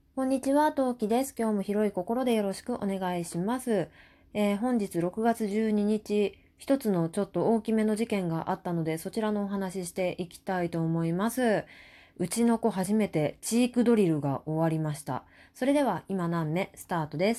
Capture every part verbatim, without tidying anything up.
こんにちは、トウキです。今日も広い心でよろしくお願いします。えー本日ろくがつじゅうににち、一つのちょっと大きめの事件があったので、そちらのお話ししていきたいと思います。うちの子初めてチークドリルが終わりました。それでは今何目スタートです。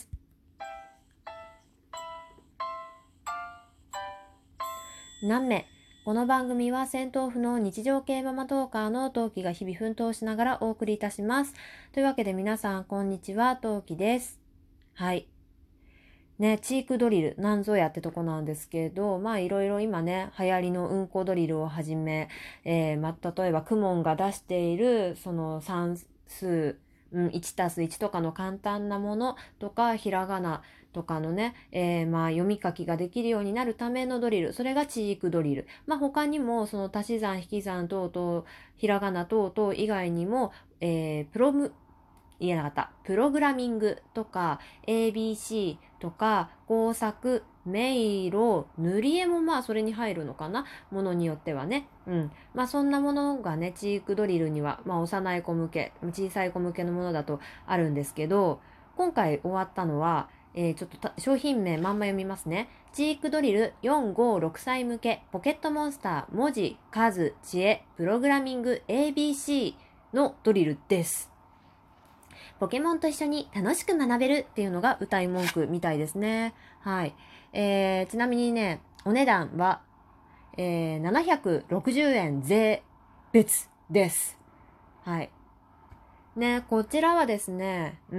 何目この番組は戦闘不能日常系ママトーカーのトウキが日々奮闘しながらお送りいたします。というわけで皆さんこんにちは、トウキです。はい。ね、チークドリル、なんぞやってとこなんですけど、まあいろいろ今ね、流行りのうんこドリルをはじめ、えー、まあ例えばクモンが出している、その算数、うん、いちたすいちとかの簡単なものとか、ひらがなとかのね、えー、まあ読み書きができるようになるためのドリル、それがチークドリル。まあ他にも、その足し算、引き算等々、ひらがな等々以外にも、えー、プロム、言えなかった。プログラミングとか エービーシー とか工作、迷路、塗り絵もまあそれに入るのかな、ものによってはね。うん。まあそんなものがね、チークドリルには、まあ幼い子向け、小さい子向けのものだとあるんですけど、今回終わったのは、えー、ちょっと商品名まんま読みますね。チークドリルよん、ご、ろくさい向け、ポケットモンスター、文字、数、知恵、プログラミング、エービーシー のドリルです。ポケモンと一緒に楽しく学べるっていうのが歌い文句みたいですね。はい。えー、ちなみにね、お値段は、えー、ななひゃくろくじゅうえん税別です。はい。ね、こちらはですね、うん。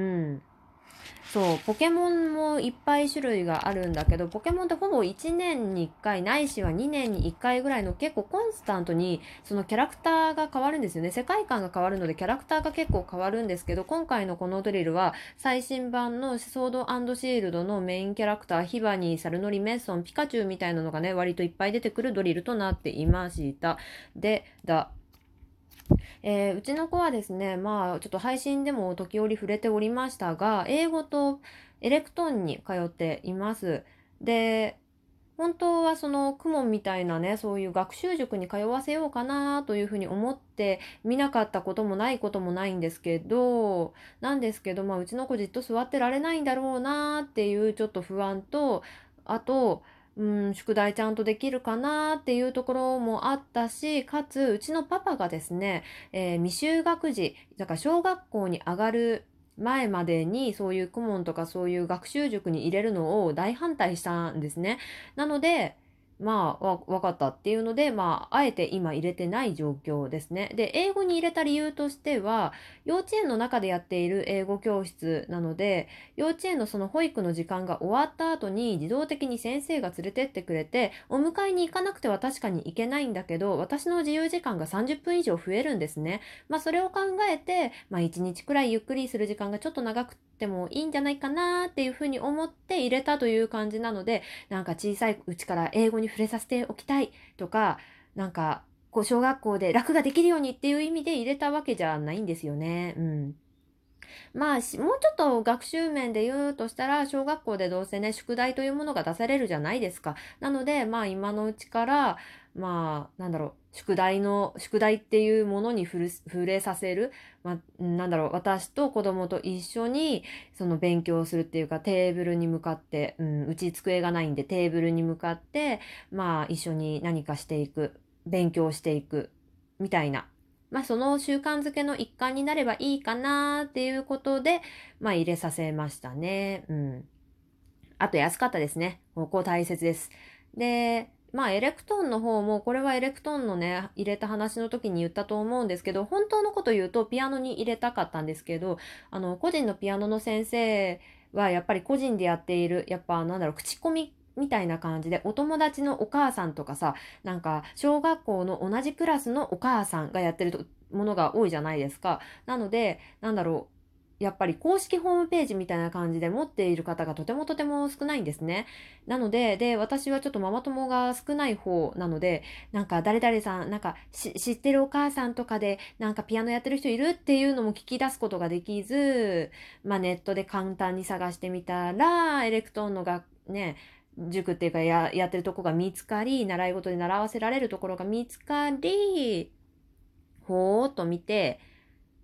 そう、ポケモンもいっぱい種類があるんだけど、ポケモンってほぼいちねんにいっかい、ないしはにねんにいっかいぐらいの結構コンスタントにそのキャラクターが変わるんですよね。世界観が変わるのでキャラクターが結構変わるんですけど、今回のこのドリルは最新版のソードシールドのメインキャラクター、ヒバニー、サルノリ、メッソン、ピカチュウみたいなのがね、割といっぱい出てくるドリルとなっていました。で、だ、えー、うちの子はですね、まあ、ちょっと配信でも時折触れておりましたが、英語とエレクトーンに通っています。で、本当はそのクモンみたいなね、そういう学習塾に通わせようかなというふうに思って見なかったこともないこともないんですけど、なんですけど、まあ、うちの子じっと座ってられないんだろうなっていうちょっと不安と、あと、うん、宿題ちゃんとできるかなっていうところもあったし、かつ、うちのパパがですね、えー未就学児、だから小学校に上がる前までにそういう顧問とかそういう学習塾に入れるのを大反対したんですね。なので、まあ、わ、わかったっていうので、まあ、あえて今入れてない状況ですね。で、英語に入れた理由としては、幼稚園の中でやっている英語教室なので、幼稚園のその保育の時間が終わった後に自動的に先生が連れてってくれて、お迎えに行かなくては確かに行けないんだけど、私の自由時間がさんじゅっぷん以上増えるんですね。まあそれを考えて、まあいちにちくらいゆっくりする時間がちょっと長くてもいいんじゃないかなっていうふうに思って入れたという感じなので、なんか小さいうちから英語に触れさせておきたいとか、なんかこう小学校で楽ができるようにっていう意味で入れたわけじゃないんですよね。うん。まあ、しもうちょっと学習面で言うとしたら、小学校でどうせね、宿題というものが出されるじゃないですか。なので、まあ今のうちから、まあ、なんだろう、宿題の、宿題っていうものに触れ触れさせる。まあ、なんだろう、私と子供と一緒に、その勉強するっていうか、テーブルに向かって、うん、うち机がないんで、テーブルに向かって、まあ一緒に何かしていく、勉強していく、みたいな。まあその習慣づけの一環になればいいかなっていうことで、まあ入れさせましたね。うん。あと安かったですね。ここ大切です。で、まあエレクトーンの方も、これはエレクトーンのね、入れた話の時に言ったと思うんですけど、本当のこと言うとピアノに入れたかったんですけど、あの、個人のピアノの先生はやっぱり個人でやっている、やっぱなんだろう、口コミみたいな感じで、お友達のお母さんとかさ、なんか小学校の同じクラスのお母さんがやってるものが多いじゃないですか。なので、なんだろう、やっぱり公式ホームページみたいな感じで持っている方がとてもとても少ないんですね。なので、で、私はちょっとママ友が少ない方なので、なんか誰々さん、なんか知ってるお母さんとかで、なんかピアノやってる人いるっていうのも聞き出すことができず、まあネットで簡単に探してみたら、エレクトーンのがね、塾っていうかややってるとこが見つかり、習い事で習わせられるところが見つかり、ほーっと見て、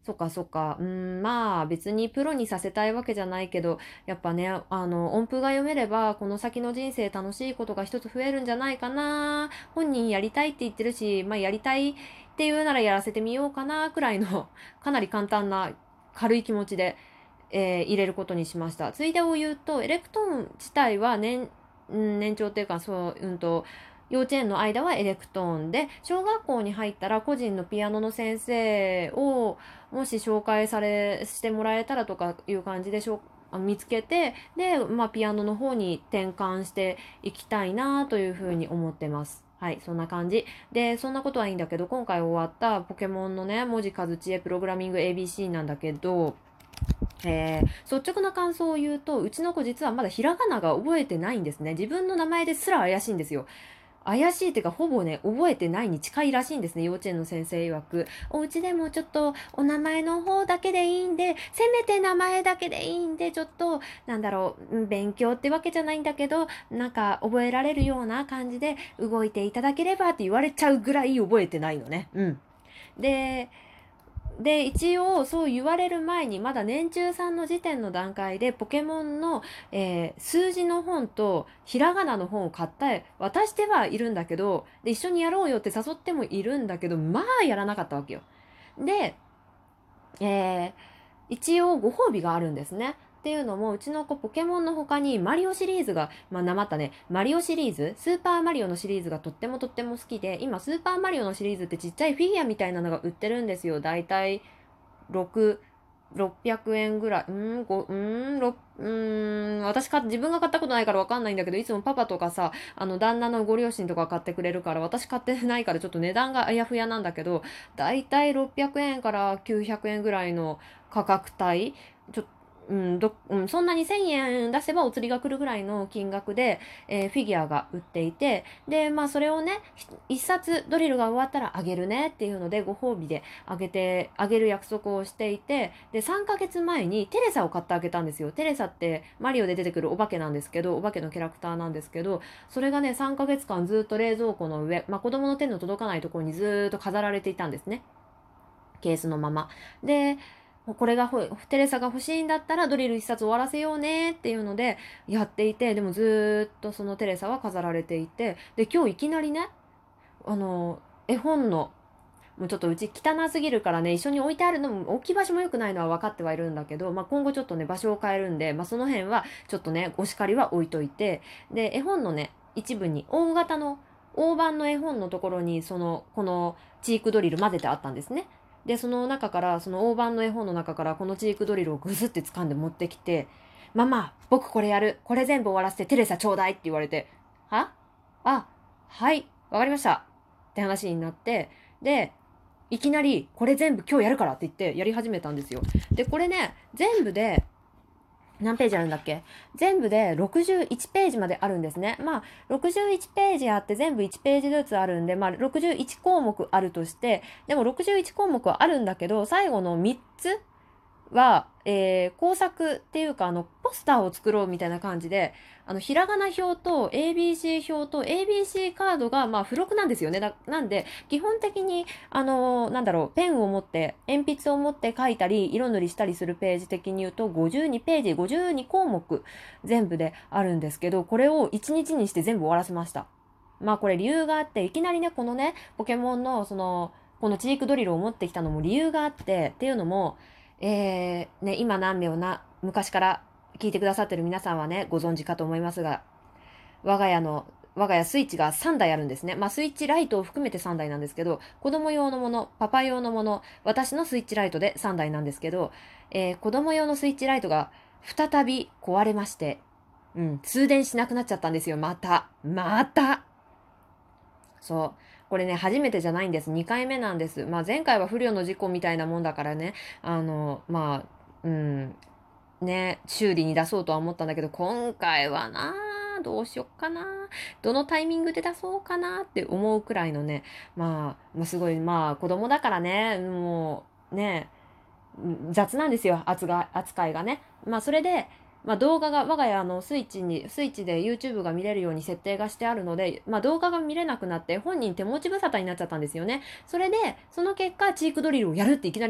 そっかそっか。うん、まあ別にプロにさせたいわけじゃないけど、やっぱね、あの、音符が読めれば、この先の人生楽しいことが一つ増えるんじゃないかな。本人やりたいって言ってるし、まあやりたいっていうならやらせてみようかな、くらいの、かなり簡単な、軽い気持ちで、えー入れることにしました。ついでを言うと、エレクトーン自体は年、うん年長っていうか、そう、うんと、幼稚園の間はエレクトーンで、小学校に入ったら個人のピアノの先生をもし紹介され、してもらえたらとかいう感じでしょあ見つけて、で、まあ、ピアノの方に転換していきたいなというふうに思ってます。はい、そんな感じ。で、そんなことはいいんだけど、今回終わったポケモンのね、文字数知恵プログラミング エービーシー なんだけど、えー、率直な感想を言うと、うちの子実はまだひらがなが覚えてないんですね。自分の名前ですら怪しいんですよ。怪しいっていうか、ほぼね、覚えてないに近いらしいんですね。幼稚園の先生曰く。お家でもちょっとお名前の方だけでいいんで、せめて名前だけでいいんで、ちょっと、なんだろう、勉強ってわけじゃないんだけど、なんか覚えられるような感じで動いていただければって言われちゃうぐらい覚えてないのね。うん。で、で、一応そう言われる前に、まだ年中さんの時点の段階で、ポケモンの、えー数字の本とひらがなの本を買って渡してはいるんだけど、で、一緒にやろうよって誘ってもいるんだけど、まあやらなかったわけよ。で、えー一応ご褒美があるんですね。っていうのも、うちの子ポケモンの他にマリオシリーズが、まあ、なまったね、マリオシリーズ、スーパーマリオのシリーズがとってもとっても好きで、今スーパーマリオのシリーズってちっちゃいフィギュアみたいなのが売ってるんですよ。だいたいろく、ろっぴゃくえんぐらい。うーん、ご、うーん、ろうーん、私か、自分が買ったことないからわかんないんだけど、いつもパパとかさ、あの、旦那のご両親とか買ってくれるから、私買ってないからちょっと値段があやふやなんだけど、だいたいろっぴゃくえんからきゅうひゃくえんぐらいの価格帯、ちょっとうん、ど、うん、そんなにせんえん出せばお釣りが来るぐらいの金額で、えーフィギュアが売っていて、で、まあそれをね、一冊ドリルが終わったらあげるねっていうのでご褒美であげて、あげる約束をしていて、で、さんかげつまえにテレサを買ってあげたんですよ。テレサってマリオで出てくるお化けなんですけど、お化けのキャラクターなんですけど、それがね、さんかげつかんずっと冷蔵庫の上、まあ子供の手の届かないところにずっと飾られていたんですね。ケースのまま。で、これがテレサが欲しいんだったらドリル一冊終わらせようねっていうのでやっていて、でもずっとそのテレサは飾られていて、で、今日いきなりね、あの、絵本の、もうちょっとうち汚すぎるからね、一緒に置いてあるのも、置き場所も良くないのは分かってはいるんだけど、まあ、今後ちょっとね、場所を変えるんで、まあ、その辺はちょっとね、お叱りは置いといて、で、絵本のね、一部に、大型の、大判の絵本のところに、その、このチークドリル混ぜてあったんですね。で、その中から、その大判の絵本の中から、このチークドリルをぐずって掴んで持ってきて、ママ、僕これやる。これ全部終わらせてテレサちょうだいって言われて、はあ、はい、わかりました。って話になって、で、いきなり、これ全部今日やるからって言ってやり始めたんですよ。で、これね、全部で、何ページあるんだっけ？全部でろくじゅういちページまであるんですね。まあ、ろくじゅういちページあって全部いちページずつあるんで、まあ、ろくじゅういち項目あるとして、でもろくじゅういち項目はあるんだけど、最後のみっつは、えー工作っていうか、あの、ポスターを作ろうみたいな感じで、あの、ひらがな表と エービーシー 表と エービーシー カードが、まあ、付録なんですよね。だなんで、基本的に、あのーなんだろう、ペンを持って、鉛筆を持って書いたり、色塗りしたりするページ的に言うと、ごじゅうにページ、ごじゅうに項目、全部であるんですけど、これをいちにちにして全部終わらせました。まあ、これ理由があって、いきなりね、このね、ポケモンの、その、このチークドリルを持ってきたのも理由があって、っていうのも、えー、ね、今何秒な、昔から聞いてくださってる皆さんはね、ご存知かと思いますが、我が家の、我が家スイッチがさんだいあるんですね。まあスイッチライトを含めてさんだいなんですけど、子供用のもの、パパ用のもの、私のスイッチライトでさんだいなんですけど、えー子供用のスイッチライトが再び壊れまして、うん、通電しなくなっちゃったんですよ。また。また。そう。これね、初めてじゃないんです。にかいめなんです。まあ前回は不慮の事故みたいなもんだからね、あの、まあ、うん、ね、修理に出そうとは思ったんだけど、今回はな、どうしよっかな。どのタイミングで出そうかなって思うくらいのね、まあ、まあ、すごい、まあ子供だからね、もう、ね、雑なんですよ、扱いがね。まあそれで、まあ、動画が我が家のスイッチにスイッチで YouTube が見れるように設定がしてあるので、まあ、動画が見れなくなって本人手持ち無沙汰になっちゃったんですよね。それでその結果チークドリルをやるっていきなり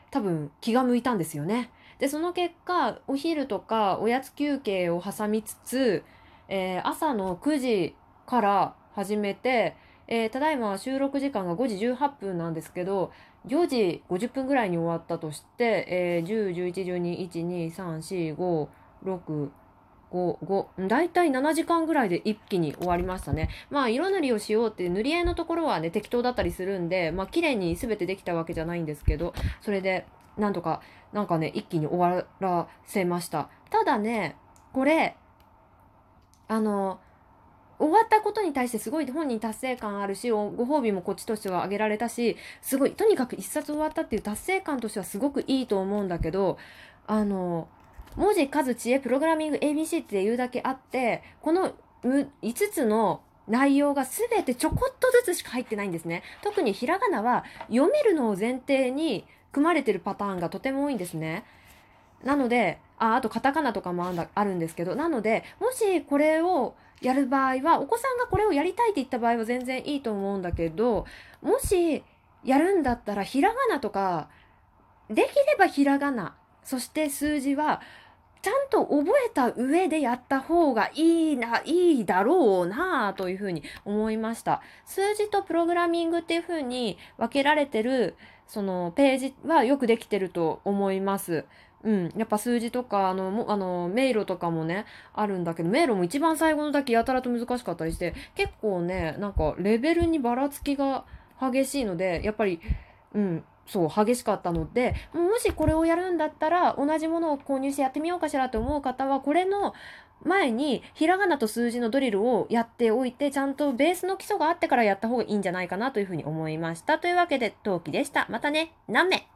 多分気が向いたんですよね。で、その結果、お昼とかおやつ休憩を挟みつつ、えー朝のくじから始めて、えーただいま収録時間がごじじゅうはっぷんなんですけど、よじごじゅっぷんぐらいに終わったとして、えー、じゅう、じゅういち、じゅうに、いち、に、さん、よん、ご、ろく、ご、ご、だいたいななじかんぐらいで一気に終わりましたね。まあ、色塗りをしようっていう塗り絵のところはね、適当だったりするんで、まあ、綺麗に全てできたわけじゃないんですけど、それで、なんとか、なんかね、一気に終わらせました。ただね、これ、あの、終わったことに対してすごい本人達成感あるし、ご褒美もこっちとしてはあげられたし、すごい、とにかく一冊終わったっていう達成感としてはすごくいいと思うんだけど、あの、文字、数、知恵、プログラミング エービーシー っていうだけあって、このいつつの内容が全てちょこっとずつしか入ってないんですね。特にひらがなは読めるのを前提に組まれてるパターンがとても多いんですね。なので、あ、あとカタカナとかもあんだあるんですけど、なので、もしこれをやる場合は、お子さんがこれをやりたいって言った場合は全然いいと思うんだけど、もしやるんだったら、ひらがなとか、できればひらがな、そして数字は、ちゃんと覚えた上でやった方がいいな、いいだろうなというふうに思いました。数字とプログラミングっていうふうに分けられてる、そのページはよくできてると思います。うん。やっぱ数字とか、あの、もあの、迷路とかもね、あるんだけど、迷路も一番最後のだけやたらと難しかったりして、結構ね、なんかレベルにばらつきが激しいので、やっぱり、うん、そう、激しかったので、もしこれをやるんだったら、同じものを購入してやってみようかしらと思う方は、これの前に、ひらがなと数字のドリルをやっておいて、ちゃんとベースの基礎があってからやった方がいいんじゃないかなというふうに思いました。というわけで、陶器でした。またね、何名